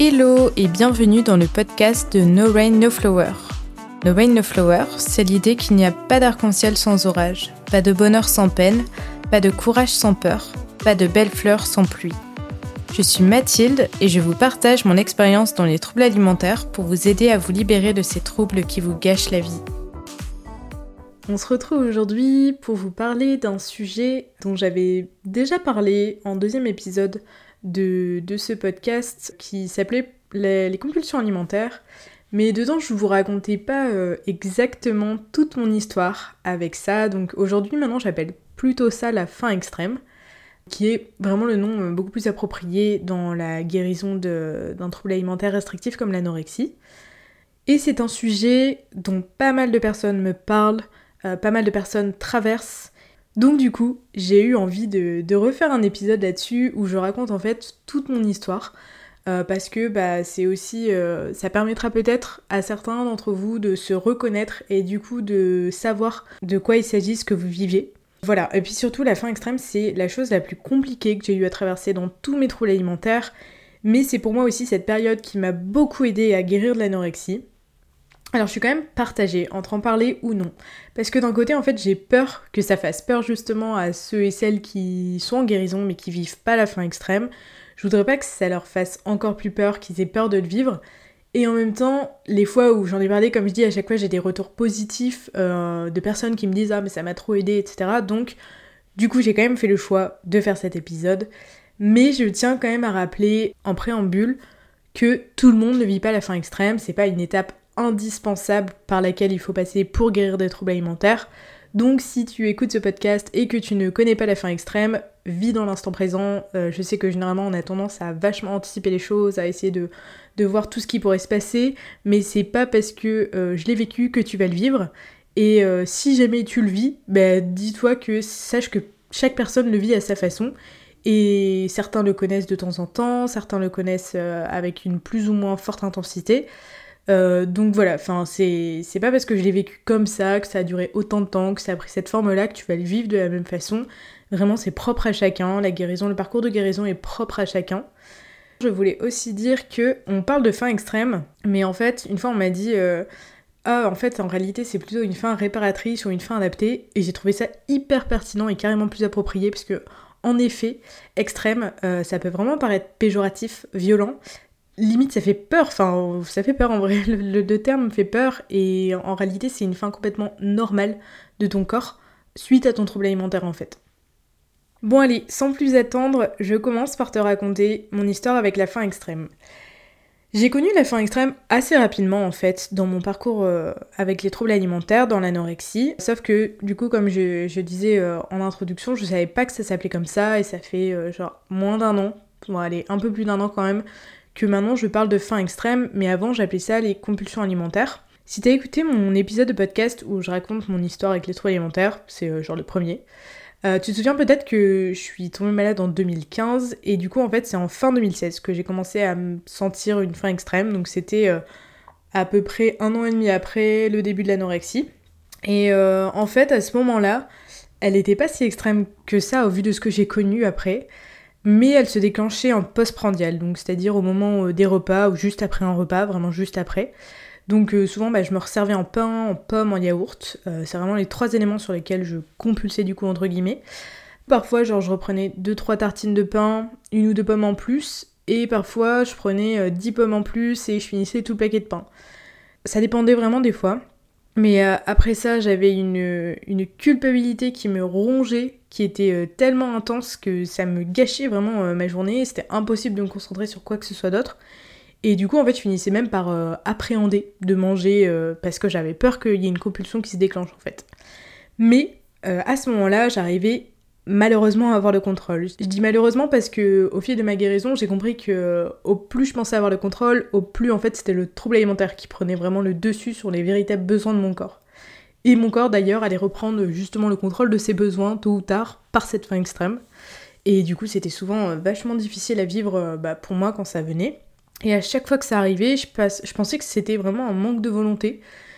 Hello et bienvenue dans le podcast de No Rain No Flower. No Rain No Flower, c'est l'idée qu'il n'y a pas d'arc-en-ciel sans orage, pas de bonheur sans peine, pas de courage sans peur, pas de belles fleurs sans pluie. Je suis Mathilde et je vous partage mon expérience dans les troubles alimentaires pour vous aider à vous libérer de ces troubles qui vous gâchent la vie. On se retrouve aujourd'hui pour vous parler d'un sujet dont j'avais déjà parlé en deuxième épisode de ce podcast qui s'appelait les compulsions alimentaires. Mais dedans, je vous racontais pas exactement toute mon histoire avec ça. Donc aujourd'hui, maintenant, j'appelle plutôt ça la faim extrême, qui est vraiment le nom beaucoup plus approprié dans la guérison d'un trouble alimentaire restrictif comme l'anorexie. Et c'est un sujet dont pas mal de personnes me parlent, pas mal de personnes traversent. Donc du coup, j'ai eu envie de refaire un épisode là-dessus où je raconte en fait toute mon histoire. Parce que c'est aussi, ça permettra peut-être à certains d'entre vous de se reconnaître et du coup de savoir de quoi il s'agit, ce que vous viviez. Voilà, et puis surtout la faim extrême, c'est la chose la plus compliquée que j'ai eu à traverser dans tous mes troubles alimentaires, mais c'est pour moi aussi cette période qui m'a beaucoup aidée à guérir de l'anorexie. Alors je suis quand même partagée entre en parler ou non, parce que d'un côté en fait j'ai peur que ça fasse peur justement à ceux et celles qui sont en guérison mais qui vivent pas la faim extrême. Je voudrais pas que ça leur fasse encore plus peur, qu'ils aient peur de le vivre. Et en même temps, les fois où j'en ai parlé, comme je dis, à chaque fois j'ai des retours positifs de personnes qui me disent « Ah mais ça m'a trop aidé », etc. Donc du coup j'ai quand même fait le choix de faire cet épisode. Mais je tiens quand même à rappeler en préambule que tout le monde ne vit pas la faim extrême, c'est pas une étape indispensable par laquelle il faut passer pour guérir des troubles alimentaires. Donc si tu écoutes ce podcast et que tu ne connais pas la faim extrême, vis dans l'instant présent. Je sais que généralement on a tendance à vachement anticiper les choses, à essayer de voir tout ce qui pourrait se passer, mais c'est pas parce que je l'ai vécu que tu vas le vivre. Et si jamais tu le vis, dis-toi que sache que chaque personne le vit à sa façon. Et certains le connaissent de temps en temps, certains le connaissent avec une plus ou moins forte intensité. Donc voilà, c'est pas parce que je l'ai vécu comme ça, que ça a duré autant de temps, que ça a pris cette forme-là, que tu vas le vivre de la même façon. Vraiment, c'est propre à chacun, la guérison, le parcours de guérison est propre à chacun. Je voulais aussi dire que on parle de faim extrême, mais en fait, une fois on m'a dit en fait, en réalité, c'est plutôt une faim réparatrice ou une faim adaptée, et j'ai trouvé ça hyper pertinent et carrément plus approprié, parce que, en effet, extrême, ça peut vraiment paraître péjoratif, violent. Limite ça fait peur, ça fait peur en vrai, le terme me fait peur et en réalité c'est une faim complètement normale de ton corps suite à ton trouble alimentaire en fait. Bon allez, sans plus attendre, je commence par te raconter mon histoire avec la faim extrême. J'ai connu la faim extrême assez rapidement en fait dans mon parcours avec les troubles alimentaires, dans l'anorexie, sauf que du coup comme je disais en introduction, je savais pas que ça s'appelait comme ça et ça fait moins d'un an, bon allez un peu plus d'un an quand même, que maintenant je parle de faim extrême, mais avant j'appelais ça les compulsions alimentaires. Si t'as écouté mon épisode de podcast où je raconte mon histoire avec les troubles alimentaires, c'est le premier, tu te souviens peut-être que je suis tombée malade en 2015, et du coup en fait c'est en fin 2016 que j'ai commencé à me sentir une faim extrême, donc c'était à peu près 1 an et demi après le début de l'anorexie. Et en fait à ce moment-là, elle était pas si extrême que ça au vu de ce que j'ai connu après, mais elle se déclenchait en post-prandial, donc c'est-à-dire au moment des repas ou juste après un repas, vraiment juste après. Donc souvent je me resservais en pain, en pommes, en yaourt, c'est vraiment les 3 éléments sur lesquels je compulsais du coup entre guillemets. Parfois je reprenais 2-3 tartines de pain, 1 ou 2 pommes en plus, et parfois je prenais 10 pommes en plus et je finissais tout le paquet de pain. Ça dépendait vraiment des fois. Mais après ça, j'avais une culpabilité qui me rongeait, qui était tellement intense que ça me gâchait vraiment ma journée, c'était impossible de me concentrer sur quoi que ce soit d'autre. Et du coup, en fait, je finissais même par appréhender de manger parce que j'avais peur qu'il y ait une compulsion qui se déclenche, en fait. Mais à ce moment-là, j'arrivais malheureusement à avoir le contrôle. Je dis malheureusement parce que au fil de ma guérison, j'ai compris que au plus je pensais avoir le contrôle, au plus en fait c'était le trouble alimentaire qui prenait vraiment le dessus sur les véritables besoins de mon corps. Et mon corps d'ailleurs allait reprendre justement le contrôle de ses besoins tôt ou tard par cette faim extrême. Et du coup c'était souvent vachement difficile à vivre pour moi quand ça venait. Et à chaque fois que ça arrivait, je pensais que c'était vraiment un manque de volonté.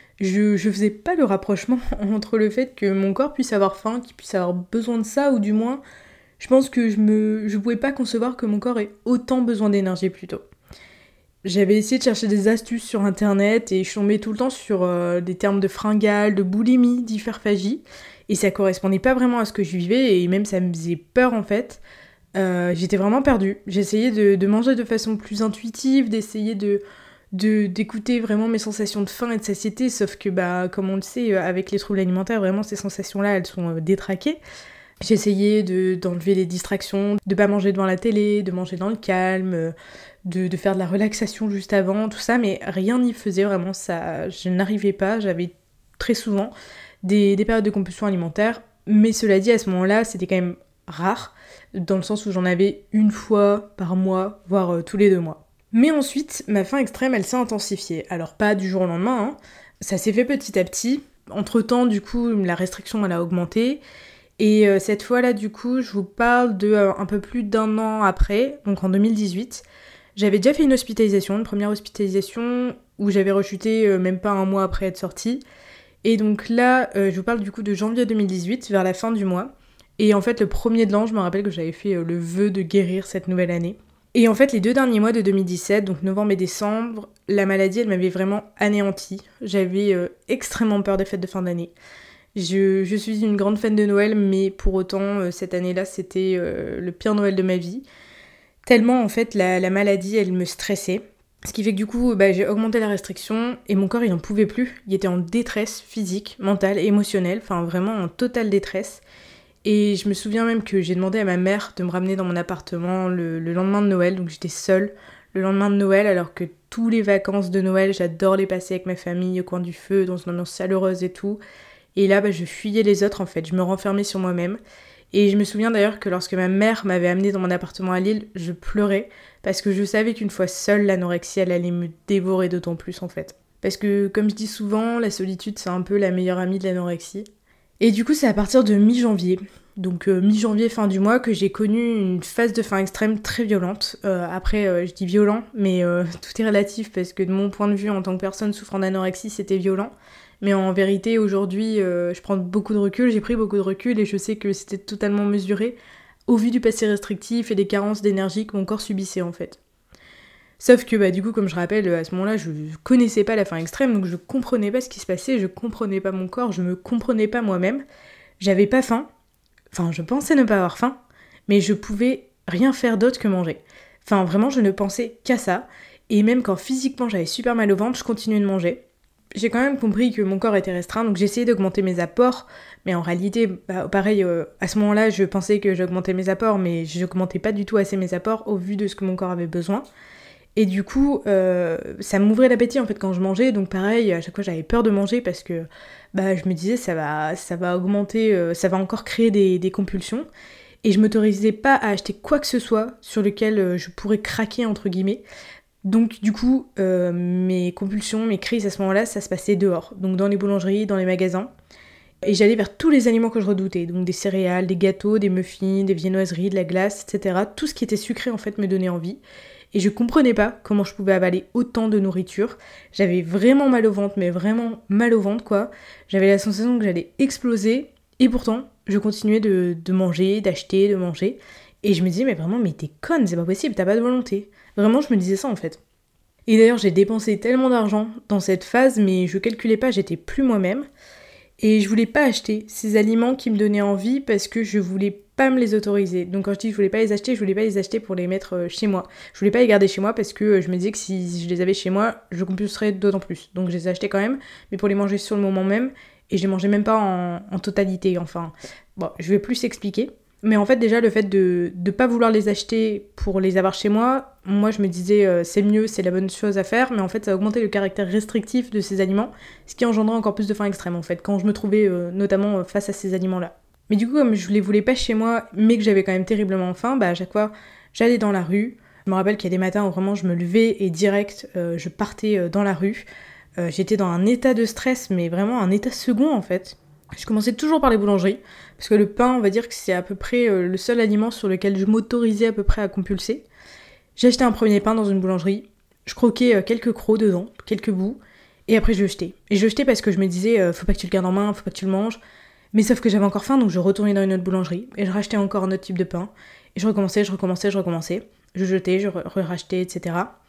Je faisais pas le rapprochement entre le fait que mon corps puisse avoir faim, qu'il puisse avoir besoin de ça, ou du moins, je pense que je pouvais pas concevoir que mon corps ait autant besoin d'énergie plutôt. J'avais essayé de chercher des astuces sur internet et je tombais tout le temps sur des termes de fringales, de boulimie, d'hyperphagie. Et ça correspondait pas vraiment à ce que je vivais et même ça me faisait peur en fait. J'étais vraiment perdue. J'essayais de manger de façon plus intuitive, d'essayer d'écouter vraiment mes sensations de faim et de satiété, sauf que comme on le sait, avec les troubles alimentaires, vraiment ces sensations-là, elles sont détraquées. J'essayais d'enlever les distractions, de pas manger devant la télé, de manger dans le calme, de faire de la relaxation juste avant, tout ça, mais rien n'y faisait vraiment, ça, je n'arrivais pas, j'avais très souvent des périodes de compulsion alimentaire, mais cela dit, à ce moment-là, c'était quand même rare, dans le sens où j'en avais une fois par mois, voire tous les 2 mois. Mais ensuite, ma faim extrême, elle s'est intensifiée. Alors pas du jour au lendemain, hein. Ça s'est fait petit à petit. Entre-temps, du coup, la restriction, elle a augmenté. Et cette fois-là, du coup, je vous parle de un peu plus d'1 an après, donc en 2018. J'avais déjà fait une hospitalisation, une première hospitalisation, où j'avais rechuté même pas 1 mois après être sortie. Et donc là, je vous parle du coup de janvier 2018, vers la fin du mois. Et en fait, le 1er de l'an, je me rappelle que j'avais fait le vœu de guérir cette nouvelle année. Et en fait, les 2 derniers mois de 2017, donc novembre et décembre, la maladie, elle m'avait vraiment anéantie. J'avais extrêmement peur des fêtes de fin d'année. Je suis une grande fan de Noël, mais pour autant, cette année-là, c'était le pire Noël de ma vie. Tellement, en fait, la maladie, elle me stressait. Ce qui fait que du coup, j'ai augmenté la restriction et mon corps, il n'en pouvait plus. Il était en détresse physique, mentale, émotionnelle, enfin vraiment en totale détresse. Et je me souviens même que j'ai demandé à ma mère de me ramener dans mon appartement le lendemain de Noël, donc j'étais seule le lendemain de Noël, alors que tous les vacances de Noël, j'adore les passer avec ma famille, au coin du feu, dans une ambiance chaleureuse et tout. Et là, je fuyais les autres en fait, je me renfermais sur moi-même. Et je me souviens d'ailleurs que lorsque ma mère m'avait amenée dans mon appartement à Lille, je pleurais parce que je savais qu'une fois seule, l'anorexie, elle allait me dévorer d'autant plus en fait. Parce que, comme je dis souvent, la solitude, c'est un peu la meilleure amie de l'anorexie. Et du coup, c'est à partir de mi-janvier, donc mi-janvier, fin du mois, que j'ai connu une phase de faim extrême très violente. Après, je dis violent, mais tout est relatif parce que de mon point de vue, en tant que personne souffrant d'anorexie, c'était violent. Mais en vérité, aujourd'hui, je prends beaucoup de recul, j'ai pris beaucoup de recul et je sais que c'était totalement mesuré au vu du passé restrictif et des carences d'énergie que mon corps subissait en fait. Sauf que du coup, comme je rappelle, à ce moment-là, je connaissais pas la faim extrême, donc je comprenais pas ce qui se passait, je comprenais pas mon corps, je me comprenais pas moi-même. J'avais pas faim, enfin je pensais ne pas avoir faim, mais je pouvais rien faire d'autre que manger. Enfin vraiment, je ne pensais qu'à ça, et même quand physiquement j'avais super mal au ventre, je continuais de manger. J'ai quand même compris que mon corps était restreint, donc j'ai essayé d'augmenter mes apports, mais en réalité, pareil, à ce moment-là, je pensais que j'augmentais mes apports, mais j'augmentais pas du tout assez mes apports au vu de ce que mon corps avait besoin. Et du coup, ça m'ouvrait l'appétit en fait quand je mangeais, donc pareil, à chaque fois j'avais peur de manger parce que je me disais ça va augmenter, ça va encore créer des compulsions. Et je m'autorisais pas à acheter quoi que ce soit sur lequel je pourrais craquer entre guillemets. Donc du coup, mes compulsions, mes crises à ce moment-là, ça se passait dehors, donc dans les boulangeries, dans les magasins. Et j'allais vers tous les aliments que je redoutais, donc des céréales, des gâteaux, des muffins, des viennoiseries, de la glace, etc. Tout ce qui était sucré en fait me donnait envie. Et je comprenais pas comment je pouvais avaler autant de nourriture. J'avais vraiment mal au ventre, mais vraiment mal au ventre quoi. J'avais la sensation que j'allais exploser. Et pourtant, je continuais de manger, d'acheter, de manger. Et je me disais, mais t'es conne, c'est pas possible, t'as pas de volonté. Vraiment, je me disais ça en fait. Et d'ailleurs, j'ai dépensé tellement d'argent dans cette phase, mais je calculais pas, j'étais plus moi-même. Et je voulais pas acheter ces aliments qui me donnaient envie parce que je voulais pas me les autoriser. Donc quand je dis je voulais pas les acheter pour les mettre chez moi. Je voulais pas les garder chez moi parce que je me disais que si je les avais chez moi, je compulserais d'autant plus. Donc je les ai achetés quand même, mais pour les manger sur le moment même. Et je les mangeais même pas en totalité, enfin. Bon, je vais plus expliquer. Mais en fait, déjà, le fait de pas vouloir les acheter pour les avoir chez moi, moi, je me disais, c'est mieux, c'est la bonne chose à faire, mais en fait, ça a augmenté le caractère restrictif de ces aliments, ce qui engendrait encore plus de faim extrême, en fait, quand je me trouvais notamment face à ces aliments-là. Mais du coup, comme je les voulais pas chez moi, mais que j'avais quand même terriblement faim, à chaque fois, j'allais dans la rue. Je me rappelle qu'il y a des matins où vraiment je me levais et direct, je partais dans la rue. J'étais dans un état de stress, mais vraiment un état second, en fait. Je commençais toujours par les boulangeries, parce que le pain, on va dire que c'est à peu près le seul aliment sur lequel je m'autorisais à peu près à compulser. J'ai acheté un premier pain dans une boulangerie, je croquais quelques crocs dedans, quelques bouts, et après je le jetais. Et je le jetais parce que je me disais, faut pas que tu le gardes en main, faut pas que tu le manges. Mais sauf que j'avais encore faim, donc je retournais dans une autre boulangerie, et je rachetais encore un autre type de pain, et je recommençais. Je jetais, je rachetais, etc.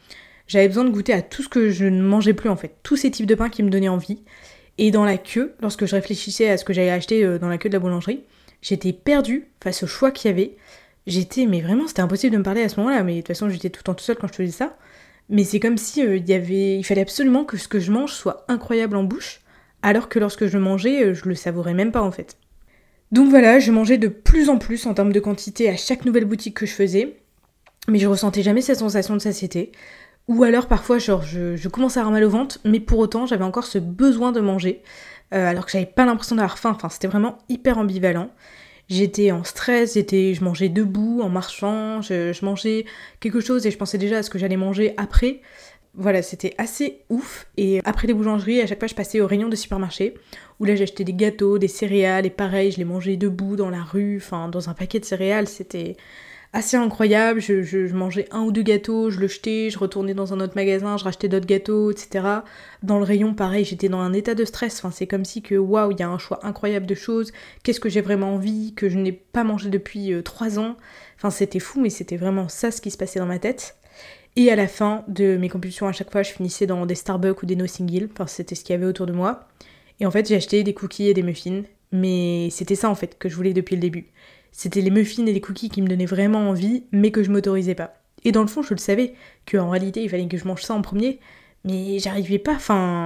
J'avais besoin de goûter à tout ce que je ne mangeais plus en fait, tous ces types de pain qui me donnaient envie. Et dans la queue, lorsque je réfléchissais à ce que j'allais acheter dans la queue de la boulangerie, j'étais perdue face au choix qu'il y avait. Mais vraiment, c'était impossible de me parler à ce moment-là, mais de toute façon, j'étais tout le temps toute seule quand je faisais ça. Mais c'est comme si il fallait absolument que ce que je mange soit incroyable en bouche, alors que lorsque je mangeais, je le savourais même pas en fait. Donc voilà, je mangeais de plus en plus en termes de quantité à chaque nouvelle boutique que je faisais, mais je ressentais jamais cette sensation de satiété. Ou alors parfois, je commençais à avoir mal au ventre, mais pour autant, j'avais encore ce besoin de manger, alors que j'avais pas l'impression d'avoir faim. Enfin, c'était vraiment hyper ambivalent. J'étais en stress, je mangeais debout, en marchant, je mangeais quelque chose et je pensais déjà à ce que j'allais manger après. Voilà, c'était assez ouf. Et après les boulangeries, à chaque fois, je passais au rayon de supermarché, où là, j'achetais des gâteaux, des céréales, et pareil, je les mangeais debout dans la rue, enfin, dans un paquet de céréales, c'était assez incroyable. Je mangeais 1 ou 2 gâteaux, je le jetais, je retournais dans un autre magasin, je rachetais d'autres gâteaux, etc. Dans le rayon, pareil, j'étais dans un état de stress. Enfin, c'est comme si que, waouh, il y a un choix incroyable de choses. Qu'est-ce que j'ai vraiment envie, que je n'ai pas mangé depuis 3 ans. Enfin, c'était fou, mais c'était vraiment ça ce qui se passait dans ma tête. Et à la fin de mes compulsions, à chaque fois, je finissais dans des Starbucks ou des Notting Hill. Enfin, c'était ce qu'il y avait autour de moi. Et en fait, j'ai acheté des cookies et des muffins. Mais c'était ça, en fait, que je voulais depuis le début. C'était les muffins et les cookies qui me donnaient vraiment envie, mais que je m'autorisais pas. Et dans le fond, je le savais, qu'en réalité, il fallait que je mange ça en premier, mais j'arrivais pas,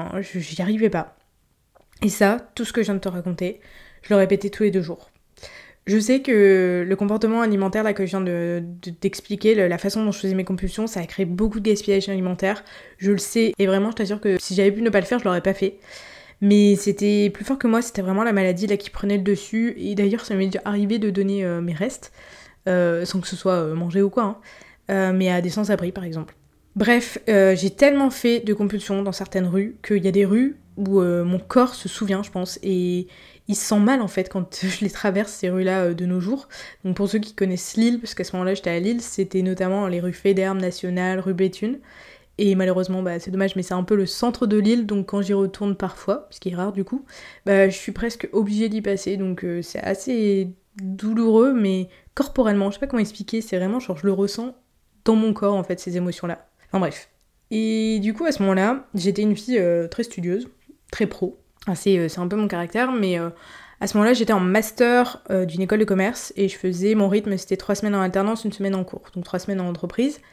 j'y arrivais pas. Et ça, tout ce que je viens de te raconter, je le répétais tous les 2 jours. Je sais que le comportement alimentaire là que je viens d'expliquer, la façon dont je faisais mes compulsions, ça a créé beaucoup de gaspillage alimentaire. Je le sais, et vraiment, je t'assure que si j'avais pu ne pas le faire, je l'aurais pas fait. Mais c'était plus fort que moi, c'était vraiment la maladie là qui prenait le dessus. Et d'ailleurs, ça m'est déjà arrivé de donner mes restes, sans que ce soit mangé ou quoi, hein, mais à des sans-abri par exemple. Bref, j'ai tellement fait de compulsions dans certaines rues qu'il y a des rues où mon corps se souvient, je pense, et il se sent mal en fait quand je les traverse, ces rues-là de nos jours. Donc pour ceux qui connaissent Lille, parce qu'à ce moment-là j'étais à Lille, c'était notamment les rues Faidherbe, Nationale, rue Béthune. Et malheureusement, c'est dommage, mais c'est un peu le centre de l'île, donc quand j'y retourne parfois, ce qui est rare du coup, je suis presque obligée d'y passer, donc c'est assez douloureux, mais corporellement, je sais pas comment expliquer, c'est vraiment genre je le ressens dans mon corps en fait, ces émotions-là. Enfin bref. Et du coup, à ce moment-là, j'étais une fille très studieuse, très pro. C'est un peu mon caractère, mais à ce moment-là, j'étais en master d'une école de commerce, et je faisais mon rythme, c'était 3 semaines en alternance, 1 semaine en cours, donc 3 semaines en entreprise.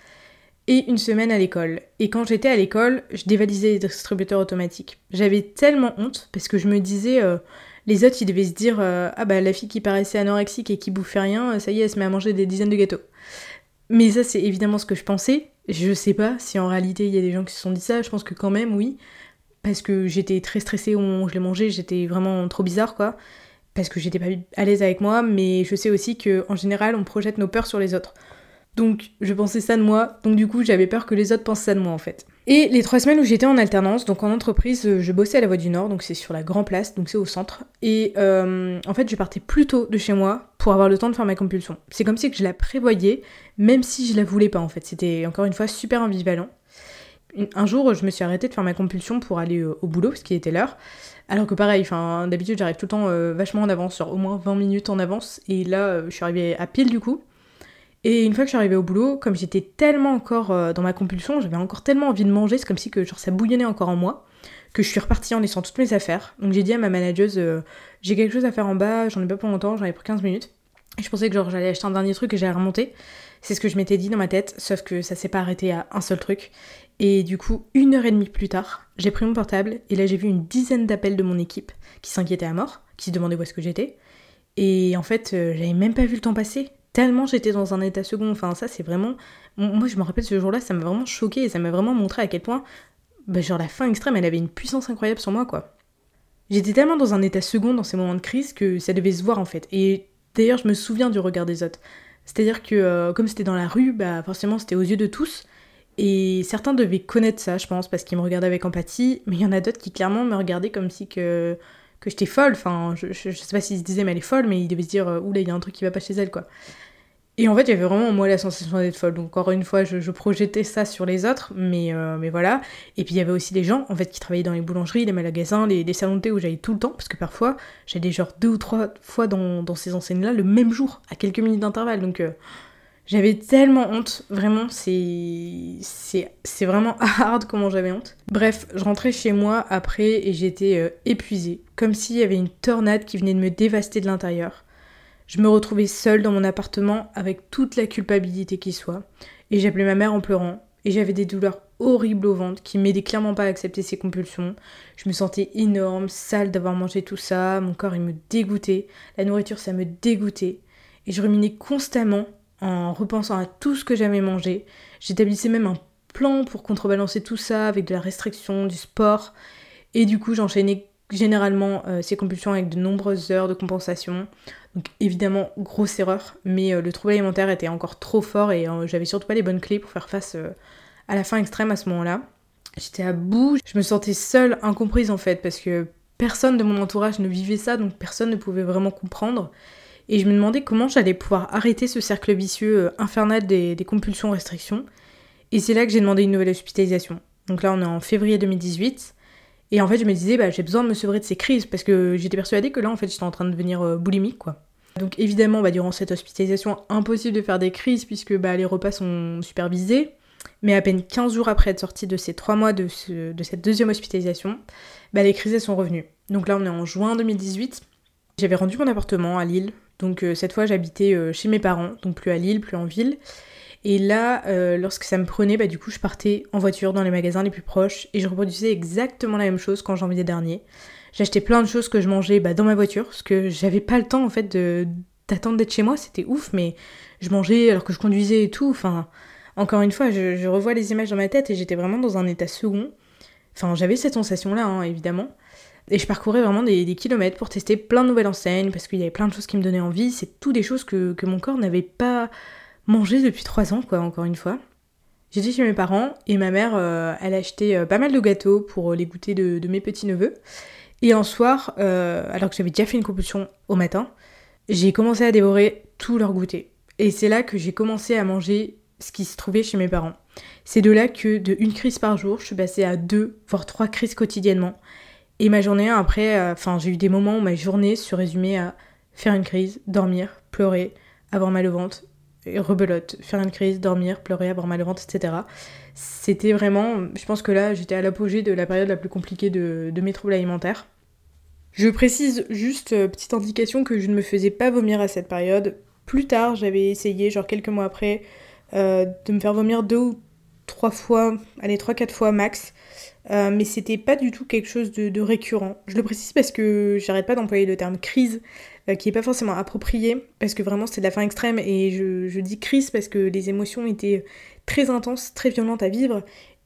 Et 1 semaine à l'école. Et quand j'étais à l'école, je dévalisais les distributeurs automatiques. J'avais tellement honte, parce que je me disais, les autres, ils devaient se dire, ah bah la fille qui paraissait anorexique et qui bouffait rien, ça y est, elle se met à manger des dizaines de gâteaux. Mais ça, c'est évidemment ce que je pensais. Je sais pas si en réalité, il y a des gens qui se sont dit ça, je pense que quand même, oui. Parce que j'étais très stressée au moment où je les mangeais, j'étais vraiment trop bizarre, quoi. Parce que j'étais pas à l'aise avec moi, mais je sais aussi qu'en général, on projette nos peurs sur les autres. Donc je pensais ça de moi, donc du coup j'avais peur que les autres pensent ça de moi en fait. Et les 3 semaines où j'étais en alternance, donc en entreprise, je bossais à la Voie du Nord, donc c'est sur la Grand Place, donc c'est au centre. Et en fait je partais plus tôt de chez moi pour avoir le temps de faire ma compulsion. C'est comme si que je la prévoyais, même si je la voulais pas en fait. C'était encore une fois super ambivalent. Un jour je me suis arrêtée de faire ma compulsion pour aller au boulot, parce qu'il était l'heure. Alors que pareil, d'habitude j'arrive tout le temps vachement en avance, genre au moins 20 minutes en avance. Et là je suis arrivée à pile du coup. Et une fois que je suis arrivée au boulot, comme j'étais tellement encore dans ma compulsion, j'avais encore tellement envie de manger, c'est comme si que genre ça bouillonnait encore en moi, que je suis repartie en laissant toutes mes affaires. Donc j'ai dit à ma manageuse, j'ai quelque chose à faire en bas, j'en ai pas pour longtemps, j'en ai pour 15 minutes. Et je pensais que genre j'allais acheter un dernier truc et j'allais remonter. C'est ce que je m'étais dit dans ma tête, sauf que ça s'est pas arrêté à un seul truc. Et du coup, 1h30 plus tard, j'ai pris mon portable et là j'ai vu une dizaine d'appels de mon équipe qui s'inquiétaient à mort, qui se demandaient où est-ce que j'étais. Et en fait, j'avais même pas vu le temps passer. Tellement j'étais dans un état second, ça c'est vraiment... Moi je me rappelle ce jour-là, ça m'a vraiment choquée et ça m'a vraiment montré à quel point, genre la faim extrême, elle avait une puissance incroyable sur moi quoi. J'étais tellement dans un état second dans ces moments de crise que ça devait se voir en fait. Et d'ailleurs je me souviens du regard des autres. C'est-à-dire que comme c'était dans la rue, forcément c'était aux yeux de tous. Et certains devaient connaître ça je pense, parce qu'ils me regardaient avec empathie, mais il y en a d'autres qui clairement me regardaient comme si que j'étais folle, je sais pas s'ils se disaient mais elle est folle, mais ils devaient se dire oula il y a un truc qui va pas chez elle quoi. Et en fait j'avais vraiment moi la sensation d'être folle, donc encore une fois je projetais ça sur les autres, mais voilà. Et puis il y avait aussi des gens en fait qui travaillaient dans les boulangeries, les magasins, les salons de thé où j'allais tout le temps, parce que parfois j'allais genre 2 ou 3 fois dans ces enseignes là le même jour, à quelques minutes d'intervalle, donc J'avais tellement honte, vraiment, c'est vraiment hard comment j'avais honte. Bref, je rentrais chez moi après et j'étais épuisée, comme s'il y avait une tornade qui venait de me dévaster de l'intérieur. Je me retrouvais seule dans mon appartement avec toute la culpabilité qui soit, et j'appelais ma mère en pleurant, et j'avais des douleurs horribles au ventre qui m'aidaient clairement pas à accepter ces compulsions. Je me sentais énorme, sale d'avoir mangé tout ça, mon corps il me dégoûtait, la nourriture ça me dégoûtait, et je ruminais constamment en repensant à tout ce que j'avais mangé. J'établissais même un plan pour contrebalancer tout ça avec de la restriction, du sport, et du coup j'enchaînais généralement ces compulsions avec de nombreuses heures de compensation. Donc évidemment, grosse erreur, mais le trouble alimentaire était encore trop fort et j'avais surtout pas les bonnes clés pour faire face à la faim extrême à ce moment-là. J'étais à bout, je me sentais seule, incomprise en fait, parce que personne de mon entourage ne vivait ça, donc personne ne pouvait vraiment comprendre. Et je me demandais comment j'allais pouvoir arrêter ce cercle vicieux infernal des compulsions restrictions. Et c'est là que j'ai demandé une nouvelle hospitalisation. Donc là, on est en février 2018. Et en fait, je me disais, j'ai besoin de me sevrer de ces crises, parce que j'étais persuadée que là, en fait, j'étais en train de devenir boulimique, quoi. Donc évidemment, durant cette hospitalisation, impossible de faire des crises, puisque les repas sont supervisés. Mais à peine 15 jours après être sortie de ces 3 mois de cette deuxième hospitalisation, les crises, elles sont revenues. Donc là, on est en juin 2018. J'avais rendu mon appartement à Lille. Donc cette fois, j'habitais chez mes parents, donc plus à Lille, plus en ville. Et là, lorsque ça me prenait, du coup, je partais en voiture dans les magasins les plus proches et je reproduisais exactement la même chose qu'en janvier dernier. J'achetais plein de choses que je mangeais dans ma voiture, parce que j'avais pas le temps, en fait, d'attendre d'être chez moi, c'était ouf, mais je mangeais alors que je conduisais et tout. Enfin, encore une fois, je revois les images dans ma tête et j'étais vraiment dans un état second. Enfin, j'avais cette sensation-là, évidemment. Et je parcourais vraiment des kilomètres pour tester plein de nouvelles enseignes, parce qu'il y avait plein de choses qui me donnaient envie. C'est tout des choses que mon corps n'avait pas mangé depuis 3 ans, quoi, encore une fois. J'étais chez mes parents, et ma mère, elle a acheté pas mal de gâteaux pour les goûters de mes petits-neveux. Et un soir, alors que j'avais déjà fait une compulsion au matin, j'ai commencé à dévorer tous leurs goûters. Et c'est là que j'ai commencé à manger ce qui se trouvait chez mes parents. C'est de là que de 1 crise par jour, je suis passée à 2, voire 3 crises quotidiennement. Et ma journée après, j'ai eu des moments où ma journée se résumait à faire une crise, dormir, pleurer, avoir mal au ventre, et rebelote, faire une crise, dormir, pleurer, avoir mal au ventre, etc. C'était vraiment, je pense que là, j'étais à l'apogée de la période la plus compliquée de mes troubles alimentaires. Je précise juste, petite indication, que je ne me faisais pas vomir à cette période. Plus tard, j'avais essayé, quelques mois après, de me faire vomir 2 ou 3 fois, 3-4 fois max. Mais c'était pas du tout quelque chose de récurrent. Je le précise parce que j'arrête pas d'employer le terme crise, qui est pas forcément approprié, parce que vraiment c'est de la faim extrême, et je dis crise parce que les émotions étaient très intenses, très violentes à vivre,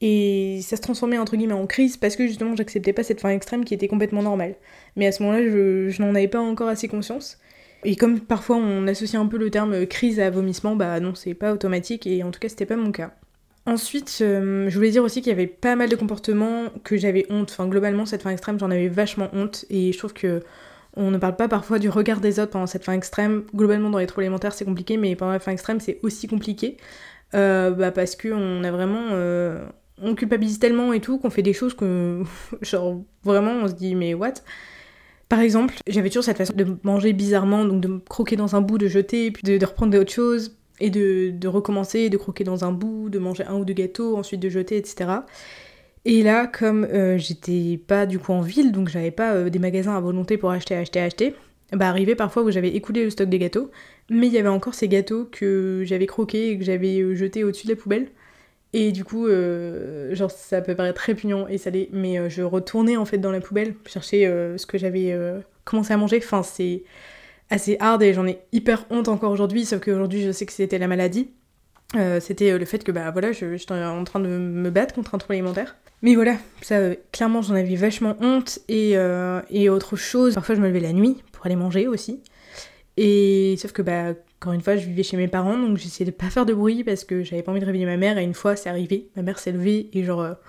et ça se transformait entre guillemets en crise parce que justement j'acceptais pas cette faim extrême qui était complètement normale. Mais à ce moment-là, je n'en avais pas encore assez conscience. Et comme parfois on associe un peu le terme crise à vomissement, non, c'est pas automatique, et en tout cas c'était pas mon cas. Ensuite, je voulais dire aussi qu'il y avait pas mal de comportements que j'avais honte. Enfin, globalement, cette faim extrême, j'en avais vachement honte. Et je trouve que on ne parle pas parfois du regard des autres pendant cette faim extrême. Globalement, dans les troubles alimentaires, c'est compliqué, mais pendant la faim extrême, c'est aussi compliqué. Parce qu'on a vraiment... on culpabilise tellement et tout qu'on fait des choses que... vraiment, on se dit, mais what ? Par exemple, j'avais toujours cette façon de manger bizarrement, donc de me croquer dans un bout, de jeter, puis de reprendre d'autres choses... et de recommencer, de croquer dans un bout, de manger 1 ou 2 gâteaux, ensuite de jeter, etc. Et là, comme j'étais pas du coup en ville, donc j'avais pas des magasins à volonté pour acheter, arrivait parfois où j'avais écoulé le stock des gâteaux, mais il y avait encore ces gâteaux que j'avais croqués et que j'avais jetés au-dessus de la poubelle. Et du coup, ça peut paraître répugnant et salé, mais je retournais en fait dans la poubelle, chercher ce que j'avais commencé à manger. Enfin, c'est assez hard et j'en ai hyper honte encore aujourd'hui, sauf qu'aujourd'hui je sais que c'était la maladie. C'était le fait que j'étais en train de me battre contre un trouble alimentaire. Mais voilà, ça clairement j'en avais vachement honte, et autre chose, parfois je me levais la nuit pour aller manger aussi. Et sauf que encore une fois je vivais chez mes parents, donc j'essayais de pas faire de bruit parce que j'avais pas envie de réveiller ma mère, et une fois c'est arrivé, ma mère s'est levée et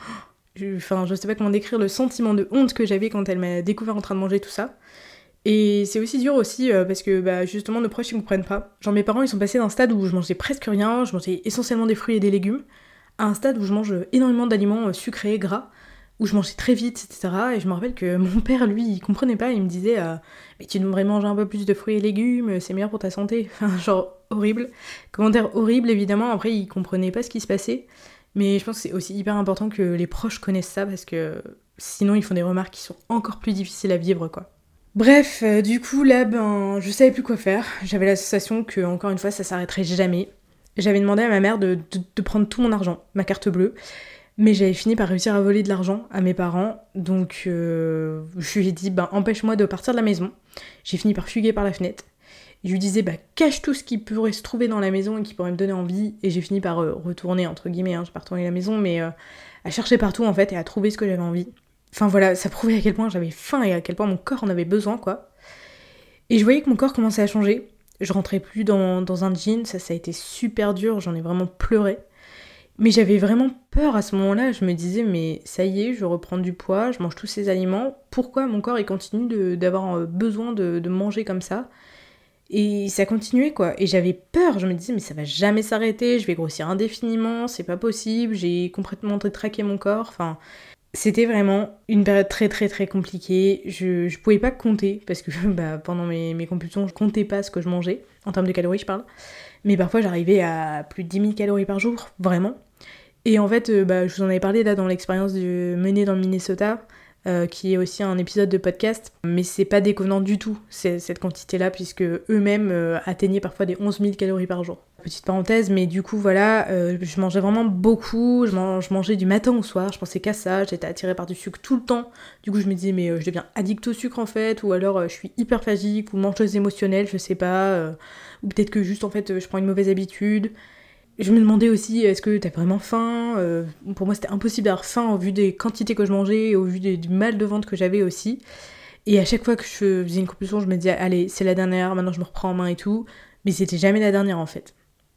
je sais pas comment décrire le sentiment de honte que j'avais quand elle m'a découvert en train de manger tout ça. Et c'est aussi dur aussi parce que justement nos proches ils comprennent pas. Mes parents ils sont passés d'un stade où je mangeais presque rien, je mangeais essentiellement des fruits et des légumes, à un stade où je mange énormément d'aliments sucrés, gras, où je mangeais très vite, etc. Et je me rappelle que mon père, lui, il comprenait pas, il me disait mais tu devrais manger un peu plus de fruits et légumes, c'est meilleur pour ta santé. Enfin, genre, horrible. Commentaire horrible, évidemment. Après, il comprenait pas ce qui se passait. Mais je pense que c'est aussi hyper important que les proches connaissent ça, parce que sinon, ils font des remarques qui sont encore plus difficiles à vivre, quoi. Bref, du coup, là, je savais plus quoi faire. J'avais la sensation que, encore une fois, ça s'arrêterait jamais. J'avais demandé à ma mère de prendre tout mon argent, ma carte bleue. Mais j'avais fini par réussir à voler de l'argent à mes parents, donc je lui ai dit empêche-moi de partir de la maison. J'ai fini par fuguer par la fenêtre. Je lui disais cache tout ce qui pourrait se trouver dans la maison et qui pourrait me donner envie, et j'ai fini par retourner, entre guillemets, j'ai pas retourné la maison, mais à chercher partout en fait et à trouver ce que j'avais envie. Enfin voilà, ça prouvait à quel point j'avais faim et à quel point mon corps en avait besoin, quoi. Et je voyais que mon corps commençait à changer. Je rentrais plus dans un jean, ça a été super dur, j'en ai vraiment pleuré. Mais j'avais vraiment peur à ce moment-là, je me disais mais ça y est, je reprends du poids, je mange tous ces aliments, pourquoi mon corps il continue d'avoir besoin de manger comme ça? Et ça continuait quoi, et j'avais peur, je me disais mais ça va jamais s'arrêter, je vais grossir indéfiniment, c'est pas possible, j'ai complètement traqué mon corps, enfin... C'était vraiment une période très très très compliquée, je pouvais pas compter, parce que pendant mes compulsions, je comptais pas ce que je mangeais, en termes de calories je parle, mais parfois j'arrivais à plus de 10 000 calories par jour, vraiment. Et en fait, je vous en avais parlé là dans l'expérience menée dans le Minnesota, qui est aussi un épisode de podcast, mais c'est pas déconnant du tout, cette quantité-là, puisque eux-mêmes atteignaient parfois des 11 000 calories par jour. Petite parenthèse, mais du coup, voilà, je mangeais vraiment beaucoup, je mangeais du matin au soir, je pensais qu'à ça, j'étais attirée par du sucre tout le temps. Du coup, je me disais, mais je deviens addict au sucre en fait, ou alors je suis hyperphagique, ou mangeuse émotionnelle, je sais pas, ou peut-être que juste en fait, je prends une mauvaise habitude. Je me demandais aussi, est-ce que t'as vraiment faim? Pour moi, c'était impossible d'avoir faim au vu des quantités que je mangeais, et au vu du mal de ventre que j'avais aussi. Et à chaque fois que je faisais une compulsion, je me disais, allez, c'est la dernière, maintenant je me reprends en main et tout. Mais c'était jamais la dernière en fait.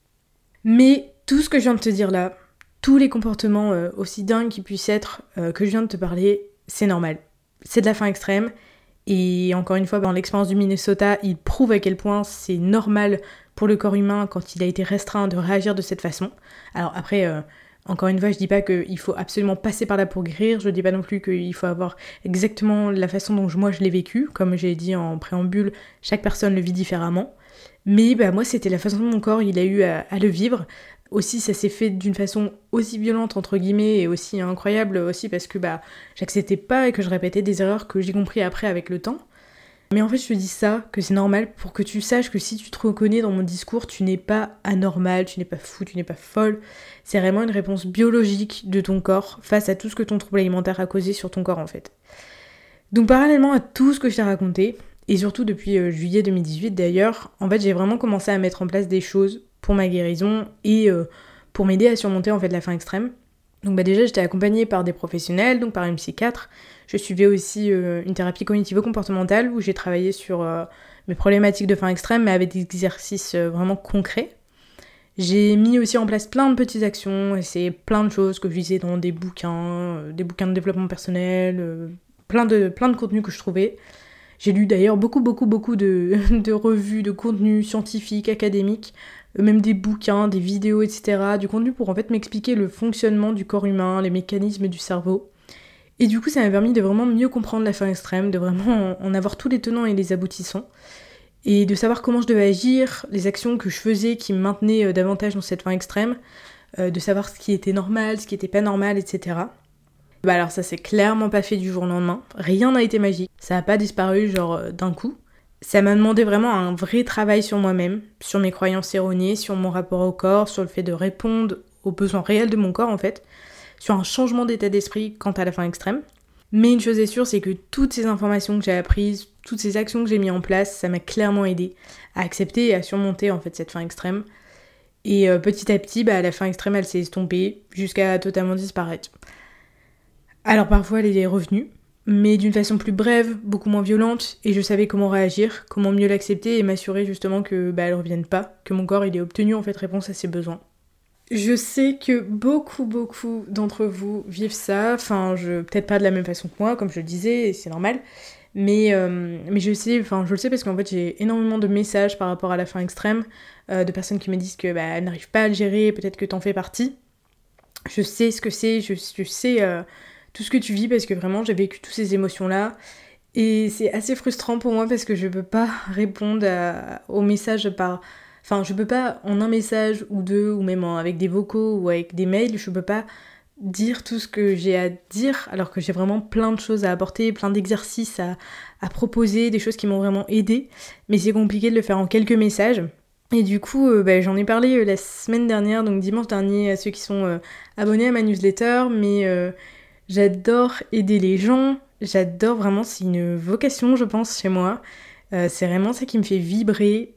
Mais tout ce que je viens de te dire là, tous les comportements aussi dingues qu'ils puissent être, que je viens de te parler, c'est normal. C'est de la faim extrême. Et encore une fois, dans l'expérience du Minnesota, il prouve à quel point c'est normal pour le corps humain, quand il a été restreint, de réagir de cette façon. Alors après, encore une fois, je dis pas qu'il faut absolument passer par là pour guérir, je dis pas non plus qu'il faut avoir exactement la façon dont moi je l'ai vécu. Comme j'ai dit en préambule, chaque personne le vit différemment. Mais moi, c'était la façon dont mon corps il a eu à le vivre. Aussi, ça s'est fait d'une façon aussi violente, entre guillemets, et aussi incroyable aussi parce que j'acceptais pas et que je répétais des erreurs que j'ai compris après avec le temps. Mais en fait, je te dis ça, que c'est normal, pour que tu saches que si tu te reconnais dans mon discours, tu n'es pas anormal, tu n'es pas fou, tu n'es pas folle. C'est vraiment une réponse biologique de ton corps face à tout ce que ton trouble alimentaire a causé sur ton corps, en fait. Donc, parallèlement à tout ce que je t'ai raconté, et surtout depuis juillet 2018 d'ailleurs, en fait, j'ai vraiment commencé à mettre en place des choses pour ma guérison et pour m'aider à surmonter en fait la faim extrême. Donc déjà, j'étais accompagnée par des professionnels, donc par une psychiatre. Je suivais aussi une thérapie cognitivo-comportementale où j'ai travaillé sur mes problématiques de faim extrême, mais avec des exercices vraiment concrets. J'ai mis aussi en place plein de petites actions, essayé plein de choses que je lisais dans des bouquins de développement personnel, plein de contenus que je trouvais. J'ai lu d'ailleurs beaucoup de revues, de contenus scientifiques, académiques, même des bouquins, des vidéos, etc. Du contenu pour en fait m'expliquer le fonctionnement du corps humain, les mécanismes du cerveau. Et du coup, ça m'a permis de vraiment mieux comprendre la faim extrême, de vraiment en avoir tous les tenants et les aboutissants, et de savoir comment je devais agir, les actions que je faisais qui me maintenaient davantage dans cette faim extrême, de savoir ce qui était normal, ce qui était pas normal, etc. Alors ça s'est clairement pas fait du jour au lendemain, rien n'a été magique, ça a pas disparu d'un coup. Ça m'a demandé vraiment un vrai travail sur moi-même, sur mes croyances erronées, sur mon rapport au corps, sur le fait de répondre aux besoins réels de mon corps en fait, sur un changement d'état d'esprit quant à la faim extrême. Mais une chose est sûre, c'est que toutes ces informations que j'ai apprises, toutes ces actions que j'ai mis en place, ça m'a clairement aidé à accepter et à surmonter en fait cette faim extrême. Et petit à petit, la faim extrême elle s'est estompée jusqu'à totalement disparaître. Alors parfois elle est revenue, mais d'une façon plus brève, beaucoup moins violente, et je savais comment réagir, comment mieux l'accepter et m'assurer justement que elle revienne pas, que mon corps il ait obtenu en fait réponse à ses besoins. Je sais que beaucoup d'entre vous vivent ça, peut-être pas de la même façon que moi, comme je le disais, et c'est normal, mais je le sais parce qu'en fait j'ai énormément de messages par rapport à la faim extrême, de personnes qui me disent que elles n'arrivent pas à le gérer, peut-être que t'en fais partie. Je sais ce que c'est, je sais tout ce que tu vis, parce que vraiment j'ai vécu toutes ces émotions-là. Et c'est assez frustrant pour moi parce que je peux pas répondre aux messages Enfin, je peux pas en un message ou deux, ou même avec des vocaux ou avec des mails, je peux pas dire tout ce que j'ai à dire, alors que j'ai vraiment plein de choses à apporter, plein d'exercices à proposer, des choses qui m'ont vraiment aidée. Mais c'est compliqué de le faire en quelques messages. Et du coup, j'en ai parlé la semaine dernière, donc dimanche dernier, à ceux qui sont abonnés à ma newsletter, mais j'adore aider les gens, j'adore vraiment, c'est une vocation je pense chez moi. C'est vraiment ça qui me fait vibrer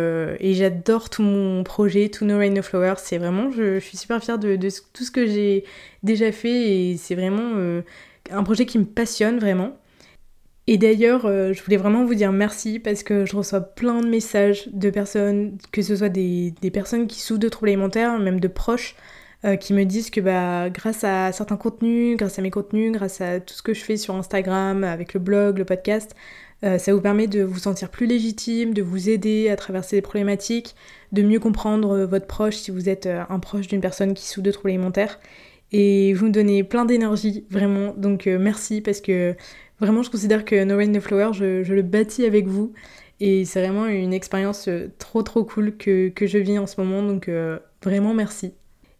et j'adore tout mon projet, tout No Rain No Flower. C'est vraiment, je suis super fière de tout ce que j'ai déjà fait et c'est vraiment un projet qui me passionne vraiment. Et d'ailleurs, je voulais vraiment vous dire merci parce que je reçois plein de messages de personnes, que ce soit des personnes qui souffrent de troubles alimentaires, même de proches, qui me disent que grâce à certains contenus, grâce à mes contenus, grâce à tout ce que je fais sur Instagram, avec le blog, le podcast, ça vous permet de vous sentir plus légitime, de vous aider à traverser des problématiques, de mieux comprendre votre proche si vous êtes un proche d'une personne qui souffre de troubles alimentaires. Et vous me donnez plein d'énergie, vraiment. Donc merci parce que vraiment je considère que No Rain No Flower, je le bâtis avec vous. Et c'est vraiment une expérience trop cool que je vis en ce moment. Donc vraiment merci.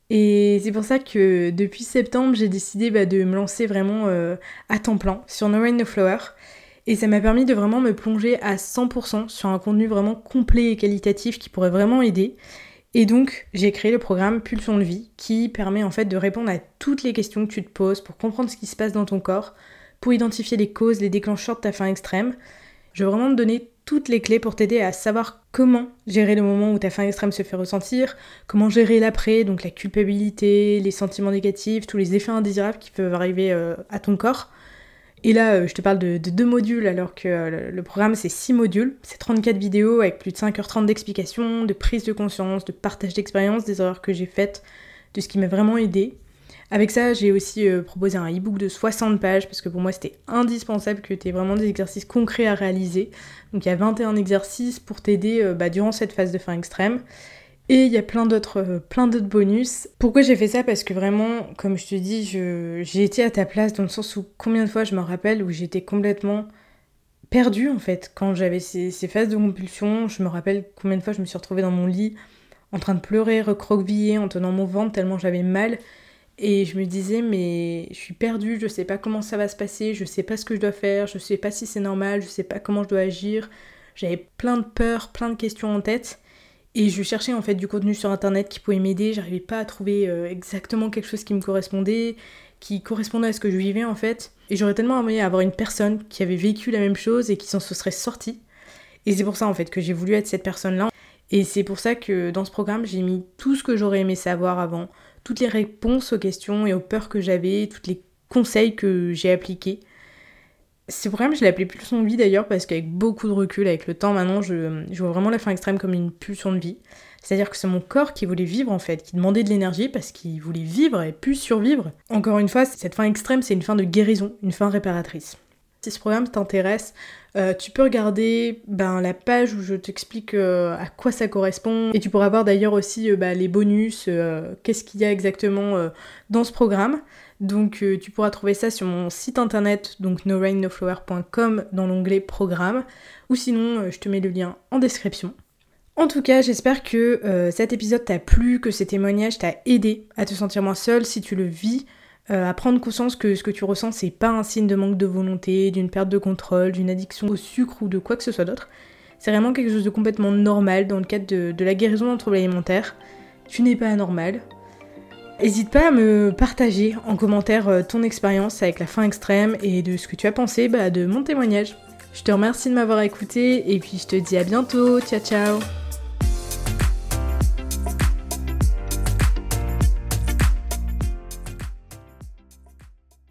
Et c'est pour ça que depuis septembre, j'ai décidé de me lancer vraiment à temps plein sur No Rain No Flower. Et ça m'a permis de vraiment me plonger à 100% sur un contenu vraiment complet et qualitatif qui pourrait vraiment aider. Et donc, j'ai créé le programme Pulsion de vie qui permet en fait de répondre à toutes les questions que tu te poses pour comprendre ce qui se passe dans ton corps, pour identifier les causes, les déclencheurs de ta faim extrême. Je veux vraiment te donner toutes les clés pour t'aider à savoir comment gérer le moment où ta faim extrême se fait ressentir, comment gérer l'après, donc la culpabilité, les sentiments négatifs, tous les effets indésirables qui peuvent arriver à ton corps. Et là, je te parle de 2 modules alors que le programme c'est 6 modules, c'est 34 vidéos avec plus de 5h30 d'explications, de prise de conscience, de partage d'expériences, des erreurs que j'ai faites, de ce qui m'a vraiment aidée. Avec ça, j'ai aussi proposé un e-book de 60 pages parce que pour moi c'était indispensable que tu aies vraiment des exercices concrets à réaliser. Donc il y a 21 exercices pour t'aider durant cette phase de faim extrême. Et il y a plein d'autres bonus. Pourquoi j'ai fait ça ? Parce que vraiment, comme je te dis, j'ai été à ta place dans le sens où combien de fois je me rappelle où j'étais complètement perdue en fait. Quand j'avais ces phases de compulsion, je me rappelle combien de fois je me suis retrouvée dans mon lit en train de pleurer, recroquevillée, en tenant mon ventre tellement j'avais mal. Et je me disais mais je suis perdue, je sais pas comment ça va se passer, je sais pas ce que je dois faire, je sais pas si c'est normal, je sais pas comment je dois agir. J'avais plein de peurs, plein de questions en tête. Et je cherchais en fait du contenu sur internet qui pouvait m'aider, j'arrivais pas à trouver exactement quelque chose qui me correspondait, qui correspondait à ce que je vivais en fait. Et j'aurais tellement aimé avoir une personne qui avait vécu la même chose et qui s'en se serait sortie. Et c'est pour ça en fait que j'ai voulu être cette personne-là. Et c'est pour ça que dans ce programme j'ai mis tout ce que j'aurais aimé savoir avant, toutes les réponses aux questions et aux peurs que j'avais, tous les conseils que j'ai appliqués. Ce programme, je l'ai appelé Pulsion de vie d'ailleurs parce qu'avec beaucoup de recul, avec le temps maintenant, je vois vraiment la faim extrême comme une pulsion de vie. C'est-à-dire que c'est mon corps qui voulait vivre en fait, qui demandait de l'énergie parce qu'il voulait vivre et plus survivre. Encore une fois, cette faim extrême, c'est une fin de guérison, une fin réparatrice. Si ce programme t'intéresse, tu peux regarder la page où je t'explique à quoi ça correspond. Et tu pourras voir d'ailleurs aussi les bonus, qu'est-ce qu'il y a exactement dans ce programme. Donc tu pourras trouver ça sur mon site internet, donc norainnoflower.com dans l'onglet programme, ou sinon je te mets le lien en description. En tout cas, j'espère que cet épisode t'a plu, que ces témoignages t'a aidé à te sentir moins seule si tu le vis, à prendre conscience que ce que tu ressens c'est pas un signe de manque de volonté, d'une perte de contrôle, d'une addiction au sucre ou de quoi que ce soit d'autre. C'est vraiment quelque chose de complètement normal dans le cadre de la guérison d'un trouble alimentaire. Tu n'es pas anormal. N'hésite pas à me partager en commentaire ton expérience avec la faim extrême et de ce que tu as pensé de mon témoignage. Je te remercie de m'avoir écouté et puis je te dis à bientôt. Ciao ciao.